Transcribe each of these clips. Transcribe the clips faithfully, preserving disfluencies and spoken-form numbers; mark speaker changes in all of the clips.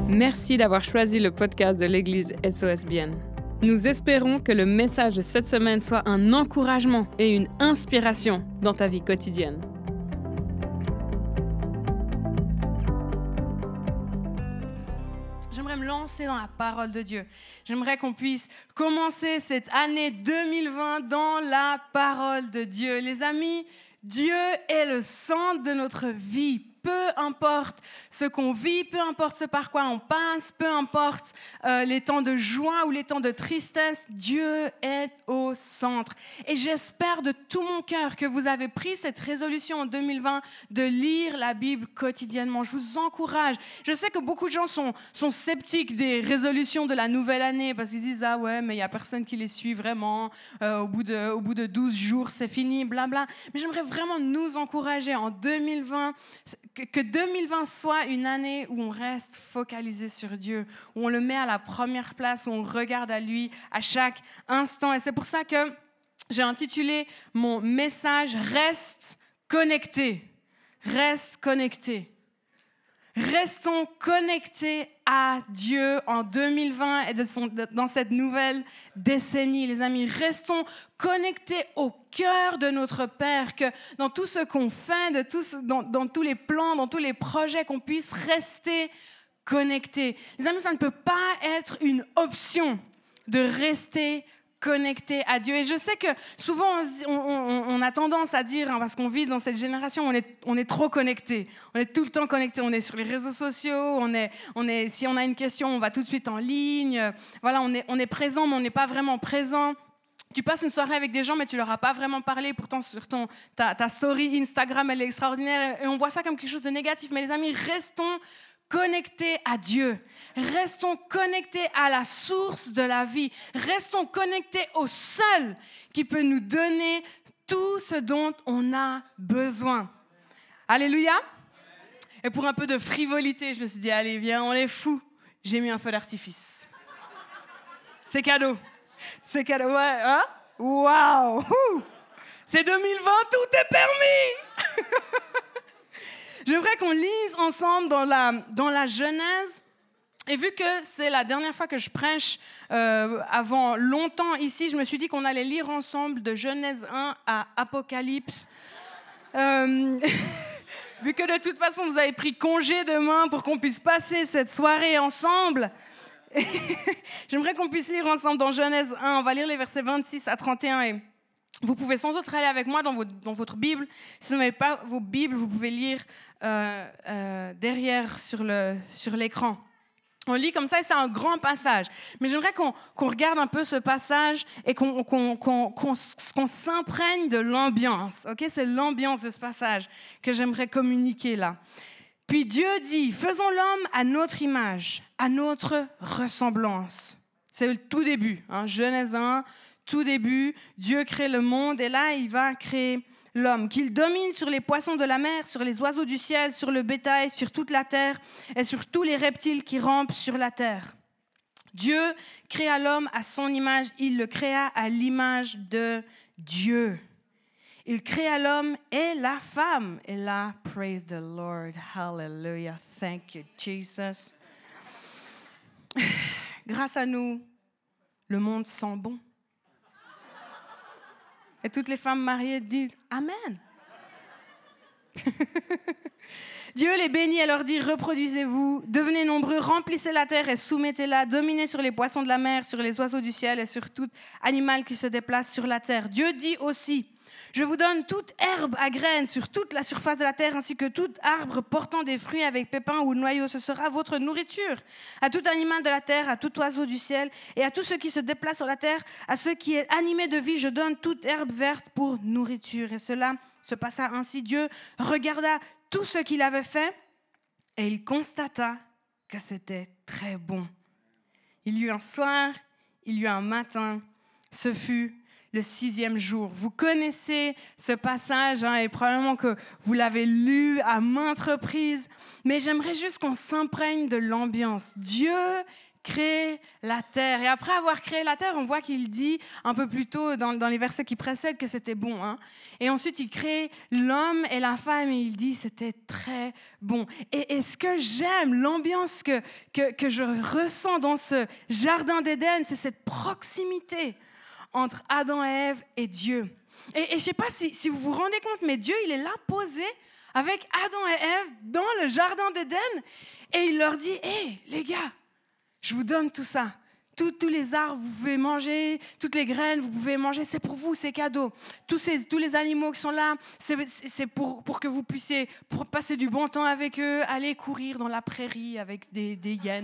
Speaker 1: Merci d'avoir choisi le podcast de l'Église S O S Bienne. Nous espérons que le message de cette semaine soit un encouragement et une inspiration dans ta vie quotidienne.
Speaker 2: J'aimerais me lancer dans la parole de Dieu. J'aimerais qu'on puisse commencer cette année deux mille vingt dans la parole de Dieu. Les amis, Dieu est le centre de notre vie. Peu importe ce qu'on vit, peu importe ce par quoi on passe, peu importe euh, les temps de joie ou les temps de tristesse, Dieu est au centre. Et j'espère de tout mon cœur que vous avez pris cette résolution en deux mille vingt de lire la Bible quotidiennement. Je vous encourage. Je sais que beaucoup de gens sont, sont sceptiques des résolutions de la nouvelle année parce qu'ils disent « Ah ouais, mais il n'y a personne qui les suit vraiment. Euh, au bout de, au bout de douze jours, c'est fini, blabla. » Mais j'aimerais vraiment nous encourager en deux mille vingt que deux mille vingt soit une année où on reste focalisé sur Dieu, où on le met à la première place, où on regarde à lui à chaque instant. Et c'est pour ça que j'ai intitulé mon message « Reste connecté ». Reste connecté. Restons connectés à Dieu en deux mille vingt et de son, de, dans cette nouvelle décennie, les amis. Restons connectés au cœur de notre Père, que dans tout ce qu'on fait, de tout ce, dans, dans tous les plans, dans tous les projets, qu'on puisse rester connectés. Les amis, ça ne peut pas être une option de rester connecté à Dieu. Et je sais que souvent, on, on, on a tendance à dire, hein, parce qu'on vit dans cette génération, on est, on est trop connecté. On est tout le temps connecté. On est sur les réseaux sociaux. On est, on est, si on a une question, on va tout de suite en ligne. Voilà, on est, on est présent, mais on n'est pas vraiment présent. Tu passes une soirée avec des gens, mais tu leur as pas vraiment parlé. Pourtant, sur ton, ta, ta story Instagram, elle est extraordinaire. Et on voit ça comme quelque chose de négatif. Mais les amis, restons connectés à Dieu. Restons connectés à la source de la vie. Restons connectés au seul qui peut nous donner tout ce dont on a besoin. Alléluia. Et pour un peu de frivolité, je me suis dit, allez, viens, on est fous. J'ai mis un feu d'artifice. C'est cadeau. C'est cadeau. Ouais, hein? Waouh! C'est deux mille vingt, tout est permis! J'aimerais qu'on lise ensemble dans la, dans la Genèse. Et vu que c'est la dernière fois que je prêche euh, avant longtemps ici, je me suis dit qu'on allait lire ensemble de Genèse un à Apocalypse. Euh, vu que de toute façon, vous avez pris congé demain pour qu'on puisse passer cette soirée ensemble, j'aimerais qu'on puisse lire ensemble dans Genèse un. On va lire les versets vingt-six à trente et un. Et vous pouvez sans autre aller avec moi dans votre, dans votre Bible. Si vous n'avez pas vos Bibles, vous pouvez lire euh, euh, derrière sur, le, sur l'écran. On lit comme ça et c'est un grand passage. Mais j'aimerais qu'on, qu'on regarde un peu ce passage et qu'on, qu'on, qu'on, qu'on, qu'on s'imprègne de l'ambiance. Okay? C'est l'ambiance de ce passage que j'aimerais communiquer là. Puis Dieu dit, faisons l'homme à notre image, à notre ressemblance. C'est le tout début, hein, Genèse un. Tout début, Dieu crée le monde et là, il va créer l'homme. Qu'il domine sur les poissons de la mer, sur les oiseaux du ciel, sur le bétail, sur toute la terre et sur tous les reptiles qui rampent sur la terre. Dieu créa l'homme à son image, il le créa à l'image de Dieu. Il créa l'homme et la femme. Et là, praise the Lord, hallelujah, thank you Jesus. Grâce à nous, le monde sent bon. Et toutes les femmes mariées disent « Amen ». Dieu les bénit et leur dit « Reproduisez-vous, devenez nombreux, remplissez la terre et soumettez-la, dominez sur les poissons de la mer, sur les oiseaux du ciel et sur tout animal qui se déplace sur la terre. » Dieu dit aussi « Je vous donne toute herbe à graines sur toute la surface de la terre, ainsi que tout arbre portant des fruits avec pépins ou noyaux. Ce sera votre nourriture. À tout animal de la terre, à tout oiseau du ciel, et à tout ce qui se déplace sur la terre, à ce qui est animé de vie, je donne toute herbe verte pour nourriture. » Et cela se passa ainsi. Dieu regarda tout ce qu'il avait fait, et il constata que c'était très bon. Il y eut un soir, il y eut un matin, ce fut le sixième jour. Vous connaissez ce passage hein, et probablement que vous l'avez lu à maintes reprises, mais j'aimerais juste qu'on s'imprègne de l'ambiance. Dieu créé la terre. Et après avoir créé la terre, on voit qu'il dit un peu plus tôt dans, dans les versets qui précèdent que c'était bon. Hein. Et ensuite, il crée l'homme et la femme et il dit c'était très bon. Et, et ce que j'aime, l'ambiance que, que, que je ressens dans ce jardin d'Éden, c'est cette proximité entre Adam et Ève et Dieu. Et, et je ne sais pas si, si vous vous rendez compte, mais Dieu, il est là posé avec Adam et Ève dans le jardin d'Éden et il leur dit « Hé, les gars, je vous donne tout ça. Tous, tous les arbres, vous pouvez manger. Toutes les graines, vous pouvez manger. C'est pour vous, c'est cadeau. Tous, ces, tous les animaux qui sont là, c'est, c'est pour, pour que vous puissiez pour passer du bon temps avec eux, aller courir dans la prairie avec des, des hyènes. »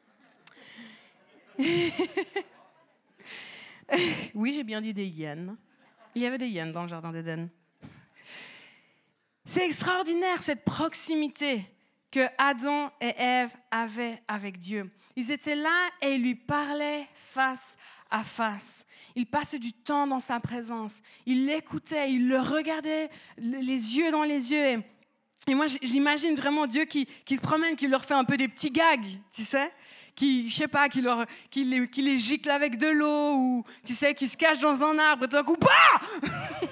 Speaker 2: Oui, j'ai bien dit des hyènes. Il y avait des hyènes dans le jardin d'Éden. C'est extraordinaire, cette proximité que Adam et Ève avaient avec Dieu. Ils étaient là et ils lui parlaient face à face. Ils passaient du temps dans sa présence. Ils l'écoutaient, ils le regardaient les yeux dans les yeux. Et, et moi, j'imagine vraiment Dieu qui, qui se promène, qui leur fait un peu des petits gags, tu sais, qui, je sais pas, qui, leur, qui, les, qui les gicle avec de l'eau ou, tu sais, qui se cache dans un arbre et tout d'un coup, bah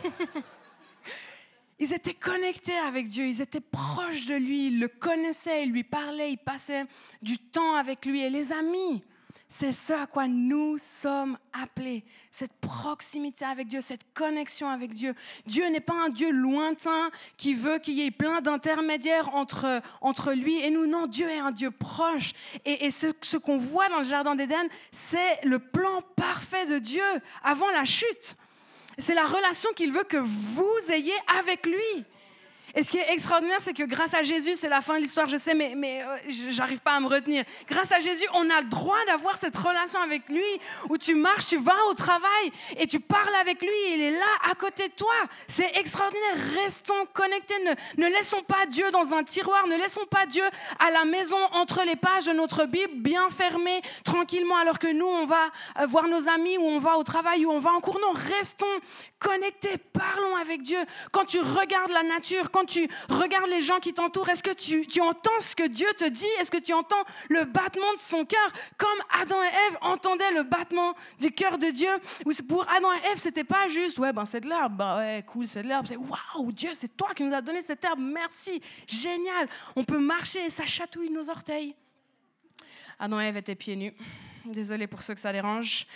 Speaker 2: Ils étaient connectés avec Dieu, ils étaient proches de lui, ils le connaissaient, ils lui parlaient, ils passaient du temps avec lui. Et les amis, c'est ce à quoi nous sommes appelés, cette proximité avec Dieu, cette connexion avec Dieu. Dieu n'est pas un Dieu lointain qui veut qu'il y ait plein d'intermédiaires entre, entre lui et nous. Non, Dieu est un Dieu proche. Et, et ce, ce qu'on voit dans le jardin d'Éden, c'est le plan parfait de Dieu avant la chute. C'est la relation qu'il veut que vous ayez avec lui. Et ce qui est extraordinaire, c'est que grâce à Jésus, c'est la fin de l'histoire, je sais, mais, mais euh, j'arrive pas à me retenir. Grâce à Jésus, on a le droit d'avoir cette relation avec lui, où tu marches, tu vas au travail et tu parles avec lui, et il est là à côté de toi. C'est extraordinaire. Restons connectés. Ne, ne laissons pas Dieu dans un tiroir, ne laissons pas Dieu à la maison, entre les pages de notre Bible, bien fermée, tranquillement, alors que nous, on va voir nos amis, ou on va au travail, ou on va en cours. Non, restons connectés, parlons avec Dieu. Quand tu regardes la nature, quand tu regardes les gens qui t'entourent, est-ce que tu, tu entends ce que Dieu te dit? Est-ce que tu entends le battement de son cœur? Comme Adam et Ève entendaient le battement du cœur de Dieu. Pour Adam et Ève, c'était pas juste, ouais, ben c'est de l'herbe, ben ouais, cool, c'est de l'herbe. C'est waouh, Dieu, c'est toi qui nous as donné cette herbe, merci, génial. On peut marcher et ça chatouille nos orteils. Adam et Ève étaient pieds nus. Désolée pour ceux que ça dérange.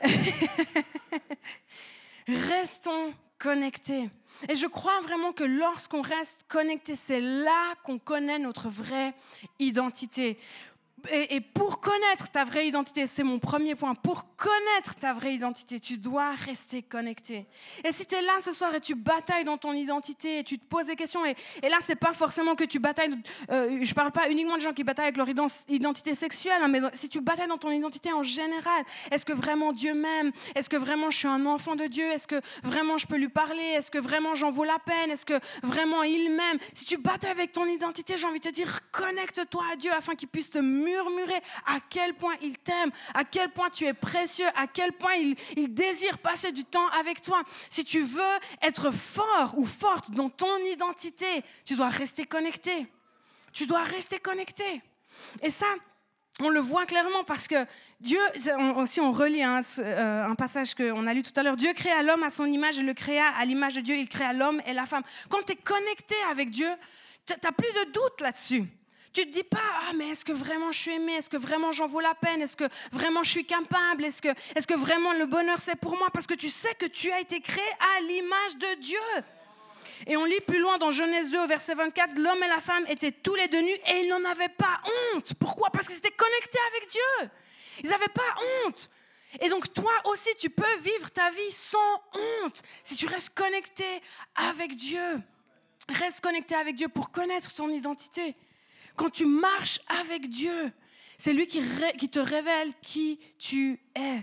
Speaker 2: Restons connectés. Et je crois vraiment que lorsqu'on reste connecté, c'est là qu'on connaît notre vraie identité. Et, et pour connaître ta vraie identité, c'est mon premier point, pour connaître ta vraie identité, tu dois rester connecté. Et si tu es là ce soir et tu batailles dans ton identité, et tu te poses des questions, et, et là, c'est pas forcément que tu batailles, euh, je parle pas uniquement de gens qui bataillent avec leur identité sexuelle, hein, mais si tu batailles dans ton identité en général, est-ce que vraiment Dieu m'aime? Est-ce que vraiment je suis un enfant de Dieu? Est-ce que vraiment je peux lui parler? Est-ce que vraiment j'en vaux la peine? Est-ce que vraiment il m'aime? Si tu batailles avec ton identité, j'ai envie de te dire, connecte-toi à Dieu afin qu'il puisse te murmurer à quel point il t'aime, à quel point tu es précieux, à quel point il, il désire passer du temps avec toi. Si tu veux être fort ou forte dans ton identité, tu dois rester connecté. Tu dois rester connecté. Et ça, on le voit clairement parce que Dieu, si on relit un, un passage qu'on a lu tout à l'heure, Dieu créa l'homme à son image et le créa à l'image de Dieu, il créa l'homme et la femme. Quand tu es connecté avec Dieu, tu n'as plus de doute là-dessus. Tu ne te dis pas, ah, mais est-ce que vraiment je suis aimé? Est-ce que vraiment j'en vaux la peine? Est-ce que vraiment je suis capable? Est-ce que, est-ce que vraiment le bonheur c'est pour moi? Parce que tu sais que tu as été créé à l'image de Dieu. Et on lit plus loin dans Genèse deux au verset vingt-quatre, l'homme et la femme étaient tous les deux nus et ils n'en avaient pas honte. Pourquoi? Parce qu'ils étaient connectés avec Dieu. Ils n'avaient pas honte. Et donc toi aussi tu peux vivre ta vie sans honte si tu restes connecté avec Dieu. Reste connecté avec Dieu pour connaître ton identité. Quand tu marches avec Dieu, c'est lui qui, ré, qui te révèle qui tu es.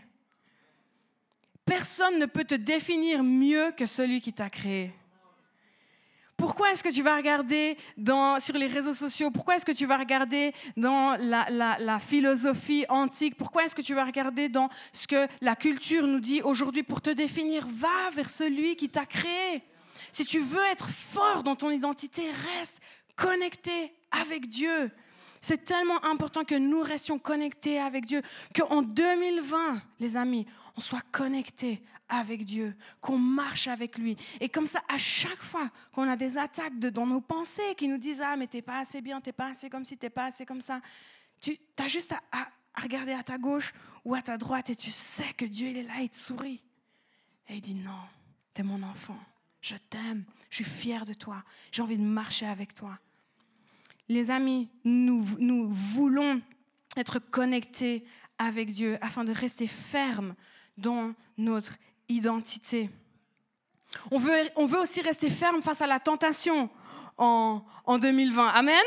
Speaker 2: Personne ne peut te définir mieux que celui qui t'a créé. Pourquoi est-ce que tu vas regarder dans, sur les réseaux sociaux? Pourquoi est-ce que tu vas regarder dans la, la, la philosophie antique? Pourquoi est-ce que tu vas regarder dans ce que la culture nous dit aujourd'hui pour te définir? Va vers celui qui t'a créé. Si tu veux être fort dans ton identité, reste connecté avec Dieu. C'est tellement important que nous restions connectés avec Dieu, qu'en deux mille vingt, les amis, on soit connectés avec Dieu, qu'on marche avec lui. Et comme ça, à chaque fois qu'on a des attaques de, dans nos pensées qui nous disent « Ah, mais t'es pas assez bien, t'es pas assez comme ci, t'es pas assez comme ça », tu as juste à, à, à regarder à ta gauche ou à ta droite et tu sais que Dieu, il est là, il te sourit. Et il dit « Non, t'es mon enfant, je t'aime, je suis fier de toi, j'ai envie de marcher avec toi. » Les amis, nous, nous voulons être connectés avec Dieu afin de rester fermes dans notre identité. On veut, on veut aussi rester ferme face à la tentation en, en deux mille vingt. Amen?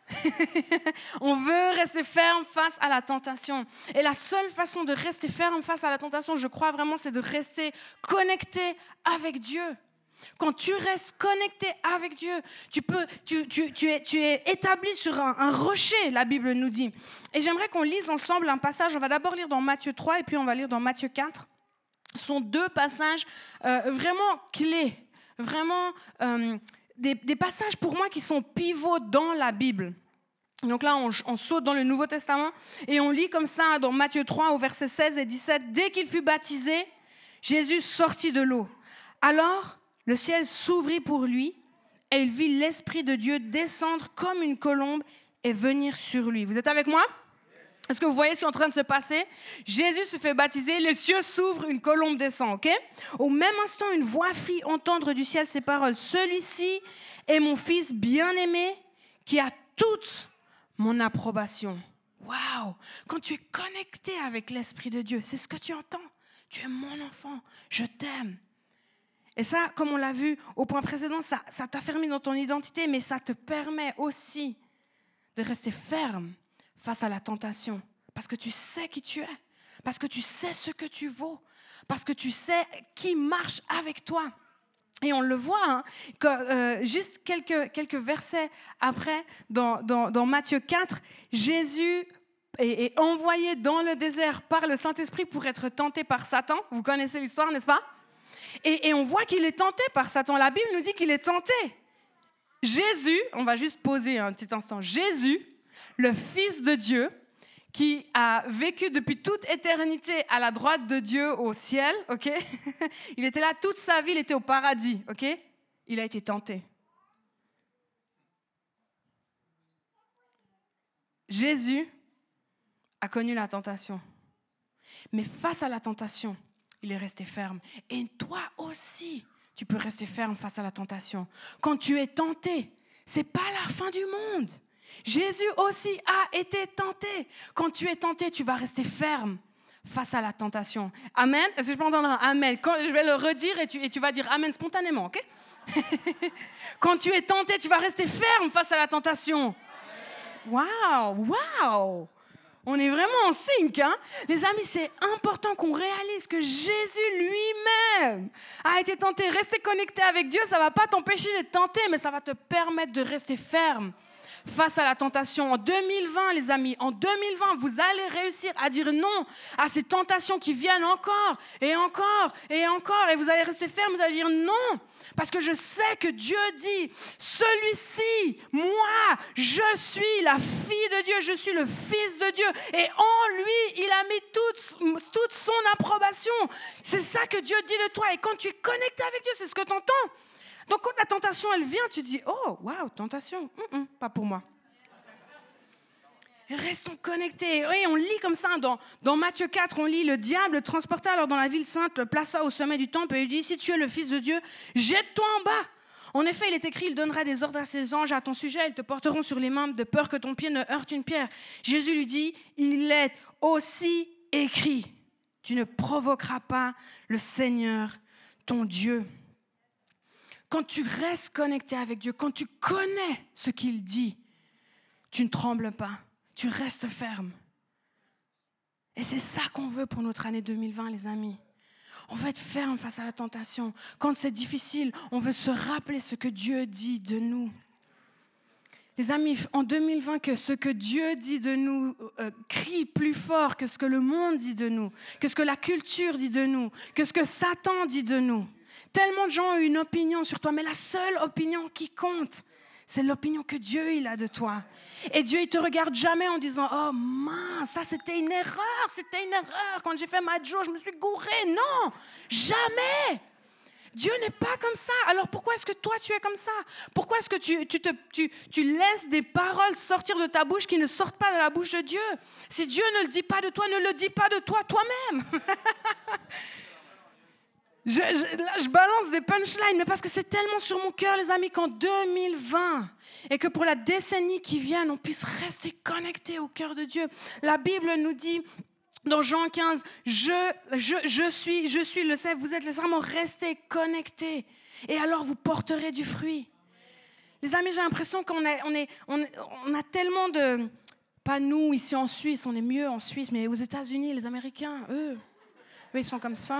Speaker 2: On veut rester ferme face à la tentation. Et la seule façon de rester ferme face à la tentation, je crois vraiment, c'est de rester connecté avec Dieu. Quand tu restes connecté avec Dieu, tu, peux, tu, tu, tu, es, tu es établi sur un, un rocher, la Bible nous dit. Et j'aimerais qu'on lise ensemble un passage. On va d'abord lire dans Matthieu trois et puis on va lire dans Matthieu quatre. Ce sont deux passages euh, vraiment clés, vraiment euh, des, des passages pour moi qui sont pivots dans la Bible. Donc là, on, on saute dans le Nouveau Testament et on lit comme ça dans Matthieu trois au verset seize et dix-sept. « Dès qu'il fut baptisé, Jésus sortit de l'eau. Alors, le ciel s'ouvrit pour lui et il vit l'Esprit de Dieu descendre comme une colombe et venir sur lui. » Vous êtes avec moi? Est-ce que vous voyez ce qui est en train de se passer? Jésus se fait baptiser, les cieux s'ouvrent, une colombe descend, ok? Au même instant, une voix fit entendre du ciel ces paroles. « Celui-ci est mon fils bien-aimé qui a toute mon approbation. » Waouh! Quand tu es connecté avec l'Esprit de Dieu, c'est ce que tu entends. Tu es mon enfant, je t'aime. Et ça, comme on l'a vu au point précédent, ça, ça t'affermit dans ton identité, mais ça te permet aussi de rester ferme face à la tentation. Parce que tu sais qui tu es, parce que tu sais ce que tu vaux, parce que tu sais qui marche avec toi. Et on le voit, hein, que, euh, juste quelques, quelques versets après, dans, dans, dans Matthieu quatre, Jésus est, est envoyé dans le désert par le Saint-Esprit pour être tenté par Satan. Vous connaissez l'histoire, n'est-ce pas? Et, et on voit qu'il est tenté par Satan. La Bible nous dit qu'il est tenté. Jésus, on va juste poser un petit instant, Jésus, le Fils de Dieu, qui a vécu depuis toute éternité à la droite de Dieu au ciel, ok? Il était là toute sa vie, il était au paradis, ok? Il a été tenté. Jésus a connu la tentation. Mais face à la tentation, il est resté ferme. Et toi aussi, tu peux rester ferme face à la tentation. Quand tu es tenté, ce n'est pas la fin du monde. Jésus aussi a été tenté. Quand tu es tenté, tu vas rester ferme face à la tentation. Amen. Est-ce que je peux entendre un amen? Quand je vais le redire et tu, et tu vas dire amen spontanément, ok? Quand tu es tenté, tu vas rester ferme face à la tentation. Waouh, waouh. On est vraiment en sync, hein? Les amis, c'est important qu'on réalise que Jésus lui-même a été tenté. Rester connecté avec Dieu, ça ne va pas t'empêcher d'être tenté, mais ça va te permettre de rester ferme face à la tentation. En deux mille vingt, les amis, en deux mille vingt, vous allez réussir à dire non à ces tentations qui viennent encore et encore et encore. Et vous allez rester ferme, vous allez dire non. Parce que je sais que Dieu dit, celui-ci, moi, je suis la fille de Dieu, je suis le fils de Dieu. Et en lui, il a mis toute, toute son approbation. C'est ça que Dieu dit de toi. Et quand tu es connecté avec Dieu, c'est ce que tu entends. Donc quand la tentation, elle vient, tu dis, oh, waouh, tentation, mm-mm, pas pour moi. Restons connectés. Et on lit comme ça, dans, dans Matthieu quatre, on lit, le diable le transporta alors dans la ville sainte, le plaça au sommet du temple et lui dit, si tu es le fils de Dieu, jette-toi en bas. En effet, il est écrit, il donnera des ordres à ses anges à ton sujet, ils te porteront sur les mains de peur que ton pied ne heurte une pierre. Jésus lui dit, il est aussi écrit, tu ne provoqueras pas le Seigneur, ton Dieu. Quand tu restes connecté avec Dieu, quand tu connais ce qu'il dit, tu ne trembles pas, tu restes ferme. Et c'est ça qu'on veut pour notre année deux mille vingt, les amis. On veut être ferme face à la tentation. Quand c'est difficile, on veut se rappeler ce que Dieu dit de nous. Les amis, en deux mille vingt, que ce que Dieu dit de nous euh, crie plus fort que ce que le monde dit de nous, que ce que la culture dit de nous, que ce que Satan dit de nous. Tellement de gens ont une opinion sur toi, mais la seule opinion qui compte, C'est l'opinion que Dieu il a de toi. Et Dieu, il te regarde jamais en disant « Oh mince, ça c'était une erreur, c'était une erreur. Quand j'ai fait ma Joe, je me suis gourée. » Non, jamais. Dieu n'est pas comme ça. Alors pourquoi est-ce que toi tu es comme ça? Pourquoi est-ce que tu, tu, te, tu, tu laisses des paroles sortir de ta bouche qui ne sortent pas de la bouche de Dieu? Si Dieu ne le dit pas de toi, ne le dis pas de toi toi-même. je, je, là, je balance des punchlines, mais parce que c'est tellement sur mon cœur, les amis, qu'en deux mille vingt, et que pour la décennie qui vient, on puisse rester connectés au cœur de Dieu. La Bible nous dit... Dans Jean quinze, je, je, je, suis, je suis le Seigneur, vous êtes vraiment restés connectés et alors vous porterez du fruit. Les amis, j'ai l'impression qu'on a, on est, on, on a tellement de... Pas nous, ici en Suisse, on est mieux en Suisse, mais aux États-Unis, les Américains, eux, eux ils sont comme ça.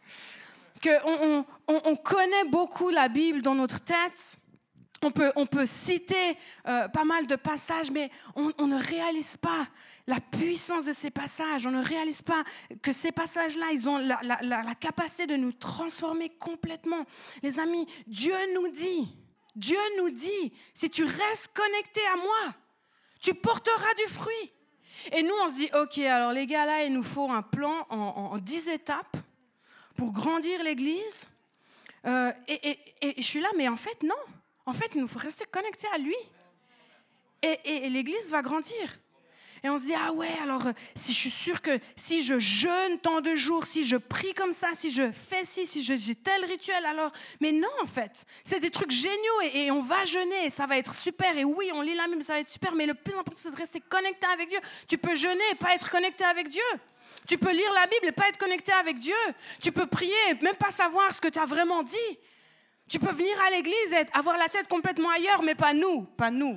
Speaker 2: Qu'on on, on, on connaît beaucoup la Bible dans notre tête. On peut, on peut citer euh, pas mal de passages, mais on, on ne réalise pas la puissance de ces passages. On ne réalise pas que ces passages-là, ils ont la, la, la, la capacité de nous transformer complètement. Les amis, Dieu nous dit, Dieu nous dit, si tu restes connecté à moi, tu porteras du fruit. Et nous, on se dit, ok, alors les gars, là, il nous faut un plan en, en, en dix étapes pour grandir l'Église. Euh, et, et, et je suis là, mais en fait, non. En fait, il nous faut rester connectés à lui. Et, et, et l'Église va grandir. Et on se dit, ah ouais, alors si je suis sûre que si je jeûne tant de jours, si je prie comme ça, si je fais ci, si je, j'ai tel rituel, alors... Mais non, en fait, c'est des trucs géniaux et, et on va jeûner et ça va être super. Et oui, on lit la Bible, ça va être super. Mais le plus important, c'est de rester connecté avec Dieu. Tu peux jeûner et pas être connecté avec Dieu. Tu peux lire la Bible et pas être connecté avec Dieu. Tu peux prier et même pas savoir ce que tu as vraiment dit. Tu peux venir à l'église et avoir la tête complètement ailleurs, mais pas nous, pas nous.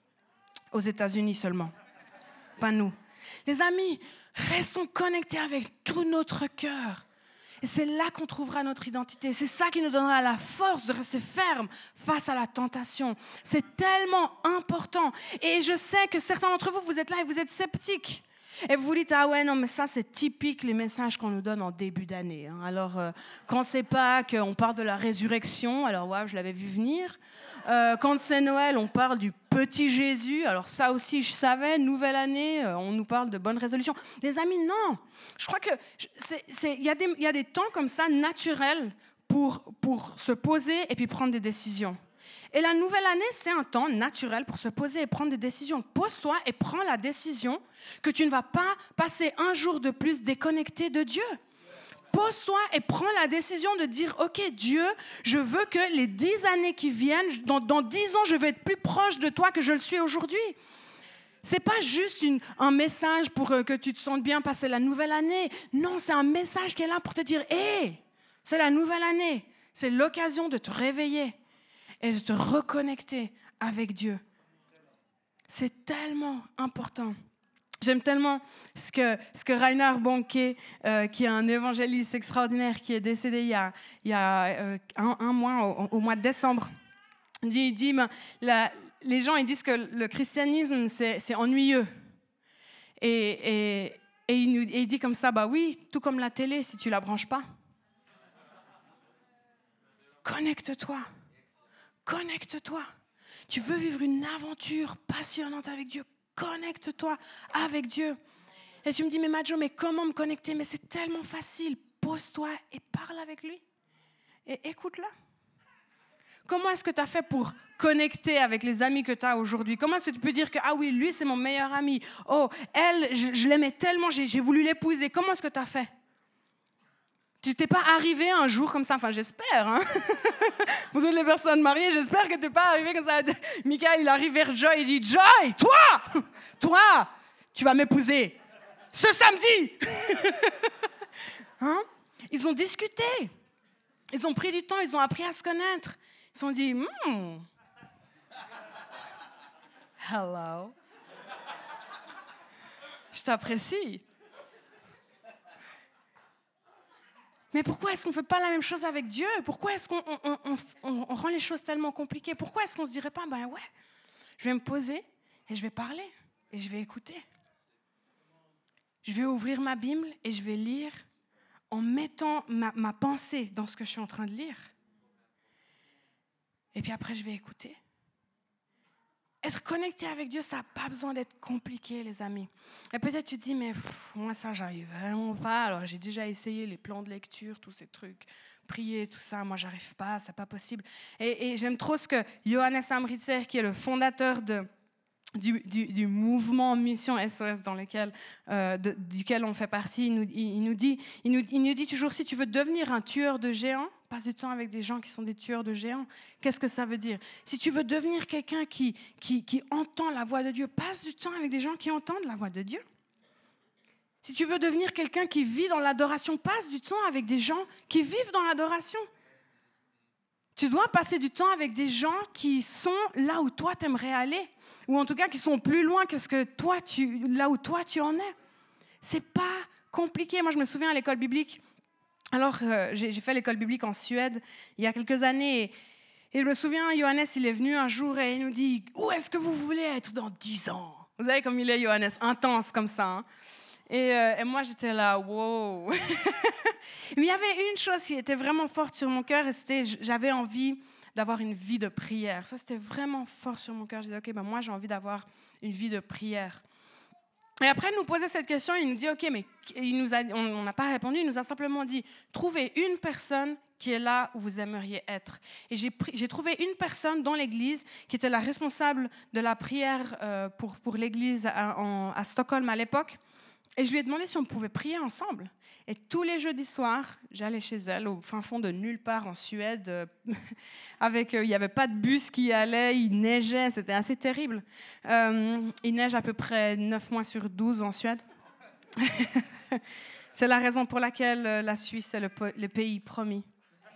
Speaker 2: Aux États-Unis seulement. Pas nous. Les amis, restons connectés avec tout notre cœur. Et c'est là qu'on trouvera notre identité. C'est ça qui nous donnera la force de rester ferme face à la tentation. C'est tellement important. Et je sais que certains d'entre vous, vous êtes là et vous êtes sceptiques. Et vous vous dites, ah ouais, non, mais ça, c'est typique les messages qu'on nous donne en début d'année. Hein. Alors, euh, quand c'est Pâques, on parle de la résurrection. Alors, ouais, je l'avais vu venir. Euh, quand c'est Noël, on parle du petit Jésus. Alors, ça aussi, je savais. Nouvelle année, euh, on nous parle de bonnes résolutions. Les amis, non. Je crois qu'il y, y a des temps comme ça, naturels, pour, pour se poser et puis prendre des décisions. Et la nouvelle année, c'est un temps naturel pour se poser et prendre des décisions. Pose-toi et prends la décision que tu ne vas pas passer un jour de plus déconnecté de Dieu. Pose-toi et prends la décision de dire, OK, Dieu, je veux que les dix années qui viennent, dans, dans dix ans, je vais être plus proche de toi que je le suis aujourd'hui. C'est pas juste une, un message pour euh, que tu te sentes bien passer la nouvelle année. Non, c'est un message qui est là pour te dire, hé, hey, c'est la nouvelle année. C'est l'occasion de te réveiller et de te reconnecter avec Dieu. C'est tellement important. J'aime tellement ce que, ce que Reinhard Bonnke, euh, qui est un évangéliste extraordinaire, qui est décédé il y a, il y a euh, un, un mois, au, au mois de décembre, dit, il dit, ben, la, les gens ils disent que le christianisme, c'est, c'est ennuyeux. Et, et, et, il nous, et il dit comme ça, bah oui, tout comme la télé, si tu ne la branches pas. Connecte-toi. Connecte-toi. Tu veux vivre une aventure passionnante avec Dieu, connecte-toi avec Dieu. Et tu me dis, mais Madjo, mais comment me connecter? Mais c'est tellement facile. Pose-toi et parle avec lui. Et écoute-le. Comment est-ce que tu as fait pour connecter avec les amis que tu as aujourd'hui? Comment est-ce que tu peux dire que, ah oui, lui, c'est mon meilleur ami. Oh, elle, je, je l'aimais tellement, j'ai, j'ai voulu l'épouser. Comment est-ce que tu as fait? Tu t'es pas arrivé un jour comme ça, enfin j'espère, hein. Pour toutes les personnes mariées, j'espère que tu n'es pas arrivé comme ça. Michael, il arrive vers Joy, il dit, Joy, toi, toi, tu vas m'épouser ce samedi. Hein? Ils ont discuté, ils ont pris du temps, ils ont appris à se connaître. Ils se sont dit, hmm. Hello, je t'apprécie. Mais pourquoi est-ce qu'on ne fait pas la même chose avec Dieu? Pourquoi est-ce qu'on on, on, on, on rend les choses tellement compliquées? Pourquoi est-ce qu'on ne se dirait pas, ben ouais, je vais me poser et je vais parler et je vais écouter. Je vais ouvrir ma Bible et je vais lire en mettant ma, ma pensée dans ce que je suis en train de lire. Et puis après, je vais écouter. être connecté avec Dieu, ça n'a pas besoin d'être compliqué, les amis. Et peut-être tu te dis, mais pff, moi ça, j'arrive vraiment pas. Alors j'ai déjà essayé les plans de lecture, tous ces trucs, prier, tout ça. Moi, j'arrive pas, c'est pas possible. Et, et j'aime trop ce que Johannes Amritzer, qui est le fondateur de Du, du, du mouvement Mission S O S dans lequel, euh, de, duquel on fait partie, il nous, il, il, nous dit, il, nous, il nous dit toujours, si tu veux devenir un tueur de géants, passe du temps avec des gens qui sont des tueurs de géants. Qu'est-ce que ça veut dire? Si tu veux devenir quelqu'un qui, qui, qui entend la voix de Dieu, passe du temps avec des gens qui entendent la voix de Dieu. Si tu veux devenir quelqu'un qui vit dans l'adoration, passe du temps avec des gens qui vivent dans l'adoration. Tu dois passer du temps avec des gens qui sont là où toi t'aimerais aller, ou en tout cas qui sont plus loin que ce que toi tu, là où toi tu en es. C'est pas compliqué. Moi, je me souviens à l'école biblique. Alors, euh, j'ai, j'ai fait l'école biblique en Suède il y a quelques années, et, et je me souviens, Johannes, il est venu un jour et il nous dit, où est-ce que vous voulez être dans dix ans? Vous savez comme il est, Johannes, intense comme ça. Hein? Et, euh, et moi, j'étais là, wow. Mais il y avait une chose qui était vraiment forte sur mon cœur, et c'était, j'avais envie d'avoir une vie de prière. Ça, c'était vraiment fort sur mon cœur. Je disais, OK, ben moi, j'ai envie d'avoir une vie de prière. Et après, il nous posait cette question, il nous dit, OK, mais il nous a, on n'a pas répondu, il nous a simplement dit, trouvez une personne qui est là où vous aimeriez être. Et j'ai, pris, j'ai trouvé une personne dans l'église qui était la responsable de la prière euh, pour, pour l'église à, en, à Stockholm à l'époque. Et je lui ai demandé si on pouvait prier ensemble. Et tous les jeudis soirs, j'allais chez elle, au fin fond de nulle part en Suède. Euh, avec, euh, il n'y avait pas de bus qui allait, il neigeait, c'était assez terrible. Euh, il neige à peu près neuf mois sur douze en Suède. C'est la raison pour laquelle euh, la Suisse est le, po- le pays promis.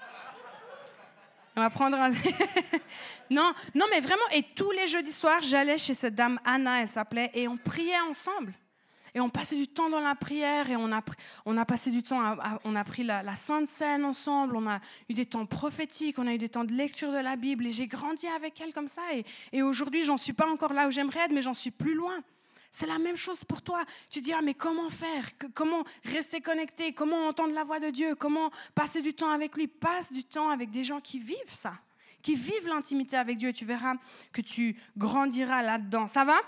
Speaker 2: On va prendre un... non, non, mais vraiment, et tous les jeudis soirs, j'allais chez cette dame Anna, elle s'appelait, et on priait ensemble. Et on passait du temps dans la prière et on a, on a passé du temps, à, à, on a pris la, la Sainte Seine ensemble, on a eu des temps prophétiques, on a eu des temps de lecture de la Bible et j'ai grandi avec elle comme ça. Et, et aujourd'hui, j'en suis pas encore là où j'aimerais être, mais j'en suis plus loin. C'est la même chose pour toi. Tu dis, ah, mais comment faire? que, Comment rester connecté? Comment entendre la voix de Dieu? Comment passer du temps avec lui? Passe du temps avec des gens qui vivent ça, qui vivent l'intimité avec Dieu. Tu verras que tu grandiras là-dedans. Ça va?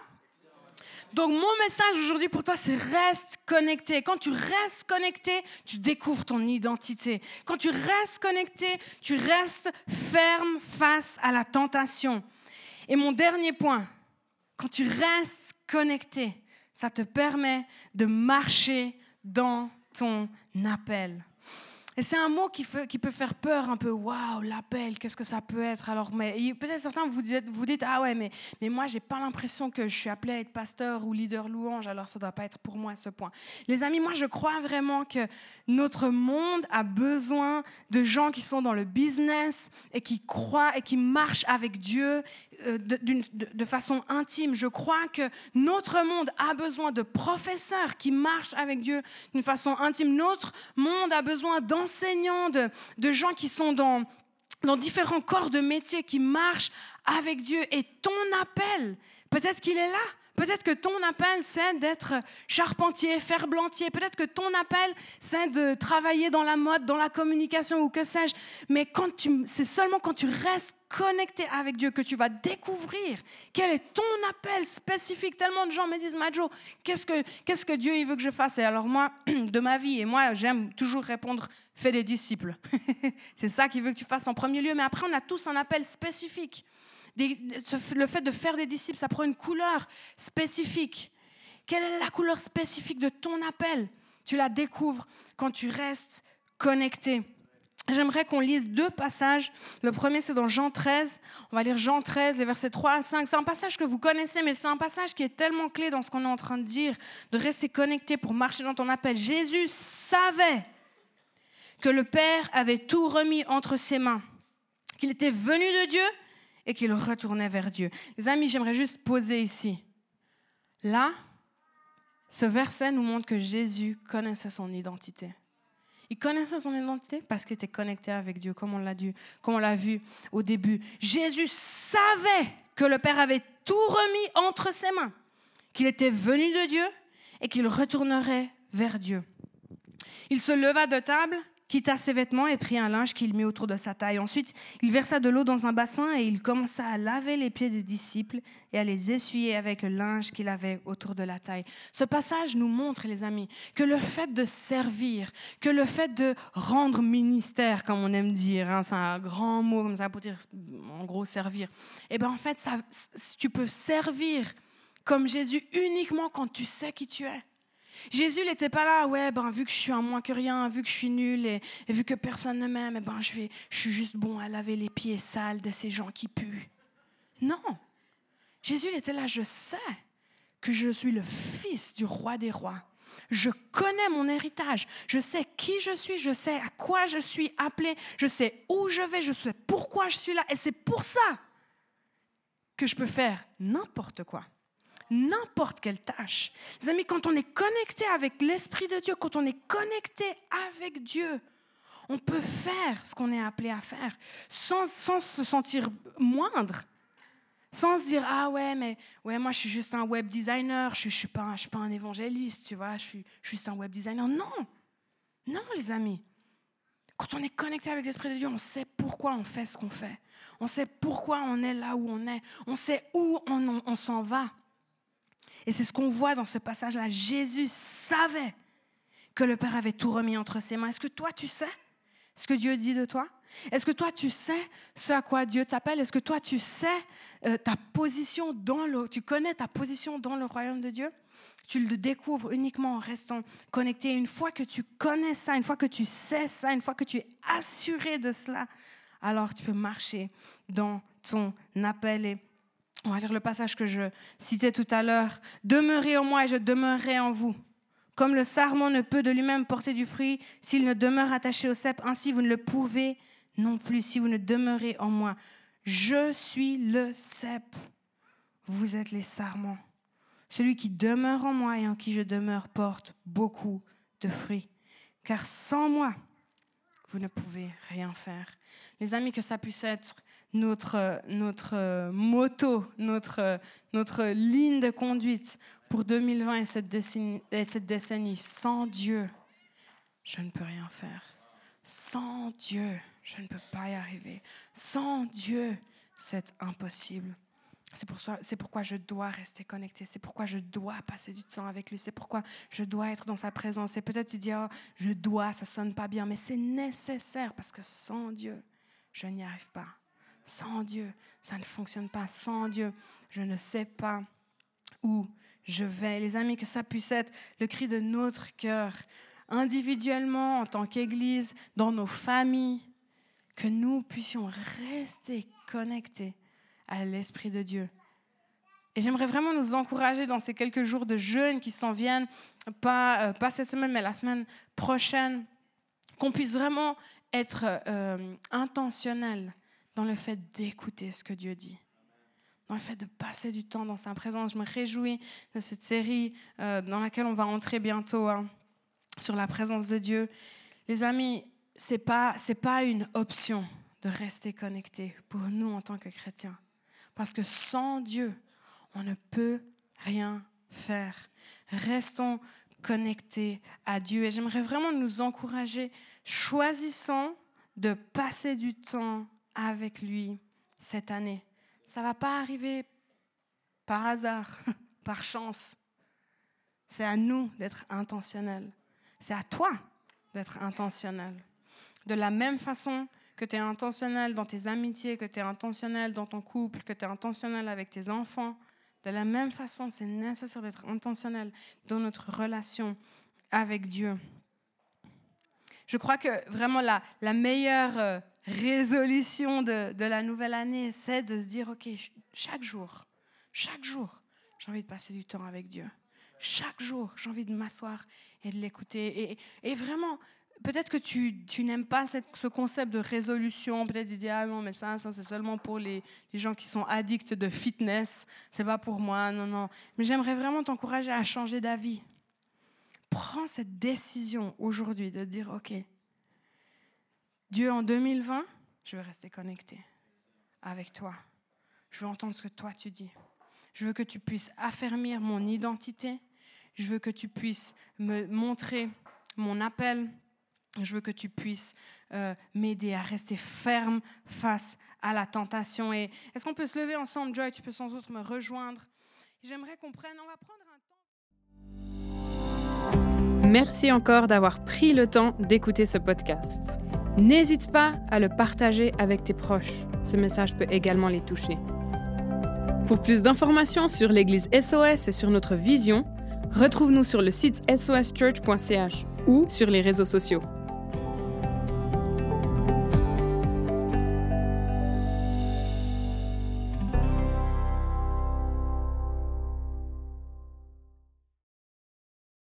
Speaker 2: Donc, mon message aujourd'hui pour toi, c'est reste connecté. Quand tu restes connecté, tu découvres ton identité. Quand tu restes connecté, tu restes ferme face à la tentation. Et mon dernier point, quand tu restes connecté, ça te permet de marcher dans ton appel. Et c'est un mot qui, fait, qui peut faire peur un peu. Waouh, l'appel, qu'est-ce que ça peut être? Alors, mais peut-être certains vous dites, vous dites ah ouais, mais, mais moi, j'ai pas l'impression que je suis appelé à être pasteur ou leader louange, alors ça doit pas être pour moi ce point. Les amis, moi, je crois vraiment que notre monde a besoin de gens qui sont dans le business et qui croient et qui marchent avec Dieu euh, de, de, de façon intime. Je crois que notre monde a besoin de professeurs qui marchent avec Dieu d'une façon intime. Notre monde a besoin d'enseignants, de, de gens qui sont dans, dans différents corps de métier qui marchent avec Dieu. Et ton appel, peut-être qu'il est là. Peut-être que ton appel, c'est d'être charpentier, ferblantier. Peut-être que ton appel, c'est de travailler dans la mode, dans la communication ou que sais-je. Mais quand tu, c'est seulement quand tu restes connecté avec Dieu que tu vas découvrir quel est ton appel spécifique. Tellement de gens me disent, Madjo, qu'est-ce que, qu'est-ce que Dieu il veut que je fasse? Et alors moi, de ma vie, et moi, j'aime toujours répondre, fais des disciples. C'est ça qu'il veut que tu fasses en premier lieu. Mais après, on a tous un appel spécifique. Des, le fait de faire des disciples, ça prend une couleur spécifique. Quelle est la couleur spécifique de ton appel? Tu la découvres quand tu restes connecté. J'aimerais qu'on lise deux passages. Le premier, c'est dans Jean treize. On va lire Jean treize, les versets trois à cinq. C'est un passage que vous connaissez, mais c'est un passage qui est tellement clé dans ce qu'on est en train de dire, de rester connecté pour marcher dans ton appel. Jésus savait que le Père avait tout remis entre ses mains, qu'il était venu de Dieu et qu'il retournait vers Dieu. Les amis, j'aimerais juste poser ici. Là, ce verset nous montre que Jésus connaissait son identité. Il connaissait son identité parce qu'il était connecté avec Dieu, comme on l'a dit, comme on l'a vu au début. Jésus savait que le Père avait tout remis entre ses mains, qu'il était venu de Dieu et qu'il retournerait vers Dieu. Il se leva de table quitta ses vêtements et prit un linge qu'il mit autour de sa taille. Ensuite, il versa de l'eau dans un bassin et il commença à laver les pieds des disciples et à les essuyer avec le linge qu'il avait autour de la taille. Ce passage nous montre, les amis, que le fait de servir, que le fait de rendre ministère, comme on aime dire, hein, c'est un grand mot comme ça pour dire, en gros, servir. Et bien en fait, ça, tu peux servir comme Jésus uniquement quand tu sais qui tu es. Jésus n'était pas là, ouais, ben, vu que je suis un moins que rien, vu que je suis nul et, et vu que personne ne m'aime, eh ben, je, vais, je suis juste bon à laver les pieds sales de ces gens qui puent. Non. Jésus il était là, je sais que je suis le fils du roi des rois. Je connais mon héritage, je sais qui je suis, je sais à quoi je suis appelé, je sais où je vais, je sais pourquoi je suis là. Et c'est pour ça que je peux faire n'importe quoi. N'importe quelle tâche. Les amis, quand on est connecté avec l'Esprit de Dieu, quand on est connecté avec Dieu, on peut faire ce qu'on est appelé à faire sans, sans se sentir moindre, sans se dire « Ah ouais, mais ouais, moi je suis juste un web designer, je ne suis, je suis pas un évangéliste, tu vois, je suis, je suis juste un web designer. » Non, non les amis. Quand on est connecté avec l'Esprit de Dieu, on sait pourquoi on fait ce qu'on fait. On sait pourquoi on est là où on est. On sait où on, on, on s'en va. Et c'est ce qu'on voit dans ce passage-là. Jésus savait que le Père avait tout remis entre ses mains. Est-ce que toi, tu sais ce que Dieu dit de toi? Est-ce que toi, tu sais ce à quoi Dieu t'appelle? Est-ce que toi, tu sais euh, ta position dans le... Tu connais ta position dans le royaume de Dieu? Tu le découvres uniquement en restant connecté. Et une fois que tu connais ça, une fois que tu sais ça, une fois que tu es assuré de cela, alors tu peux marcher dans ton appel. Et on va lire le passage que je citais tout à l'heure. « Demeurez en moi et je demeurerai en vous. Comme le sarment ne peut de lui-même porter du fruit s'il ne demeure attaché au cep, ainsi vous ne le pouvez non plus si vous ne demeurez en moi. Je suis le cep, vous êtes les sarments. Celui qui demeure en moi et en qui je demeure porte beaucoup de fruits. Car sans moi, vous ne pouvez rien faire. » Mes amis, que ça puisse être notre, notre motto, notre, notre ligne de conduite pour deux mille vingt et cette décennie, et cette décennie. Sans Dieu, je ne peux rien faire. Sans Dieu, je ne peux pas y arriver. Sans Dieu, c'est impossible. C'est, pour ça, c'est pourquoi je dois rester connecté. C'est pourquoi je dois passer du temps avec lui. C'est pourquoi je dois être dans sa présence. Et peut-être tu dis, oh, je dois, ça sonne pas bien. Mais c'est nécessaire parce que sans Dieu, je n'y arrive pas. Sans Dieu, ça ne fonctionne pas. Sans Dieu, je ne sais pas où je vais. Les amis, que ça puisse être le cri de notre cœur, individuellement, en tant qu'Église, dans nos familles, que nous puissions rester connectés à l'Esprit de Dieu. Et j'aimerais vraiment nous encourager dans ces quelques jours de jeûne qui s'en viennent, pas, euh, pas cette semaine, mais la semaine prochaine, qu'on puisse vraiment être euh, intentionnel dans le fait d'écouter ce que Dieu dit, dans le fait de passer du temps dans sa présence. Je me réjouis de cette série euh, dans laquelle on va entrer bientôt hein, sur la présence de Dieu. Les amis, ce n'est pas, c'est pas une option de rester connecté pour nous en tant que chrétiens. Parce que sans Dieu, on ne peut rien faire. Restons connectés à Dieu. Et j'aimerais vraiment nous encourager. Choisissons de passer du temps avec lui cette année. Ça ne va pas arriver par hasard, par chance. C'est à nous d'être intentionnels. C'est à toi d'être intentionnel. De la même façon que tu es intentionnel dans tes amitiés, que tu es intentionnel dans ton couple, que tu es intentionnel avec tes enfants, de la même façon, c'est nécessaire d'être intentionnel dans notre relation avec Dieu. Je crois que vraiment la, la meilleure euh, résolution de, de la nouvelle année, c'est de se dire, OK, chaque jour, chaque jour, j'ai envie de passer du temps avec Dieu. Chaque jour, j'ai envie de m'asseoir et de l'écouter. Et, et vraiment, peut-être que tu, tu n'aimes pas cette, ce concept de résolution. Peut-être que tu dis, ah non, mais ça, ça c'est seulement pour les, les gens qui sont addicts de fitness. C'est pas pour moi, non, non. Mais j'aimerais vraiment t'encourager à changer d'avis. Prends cette décision aujourd'hui de dire, OK, Dieu, en deux mille vingt, je veux rester connecté avec toi. Je veux entendre ce que toi tu dis. Je veux que tu puisses affermir mon identité. Je veux que tu puisses me montrer mon appel. Je veux que tu puisses euh, m'aider à rester ferme face à la tentation. Et est-ce qu'on peut se lever ensemble, Joy? Tu peux sans doute me rejoindre. J'aimerais qu'on prenne, on va prendre un temps.
Speaker 1: Merci encore d'avoir pris le temps d'écouter ce podcast. N'hésite pas à le partager avec tes proches. Ce message peut également les toucher. Pour plus d'informations sur l'Église S O S et sur notre vision, retrouve-nous sur le site s o s church point c h ou sur les réseaux sociaux.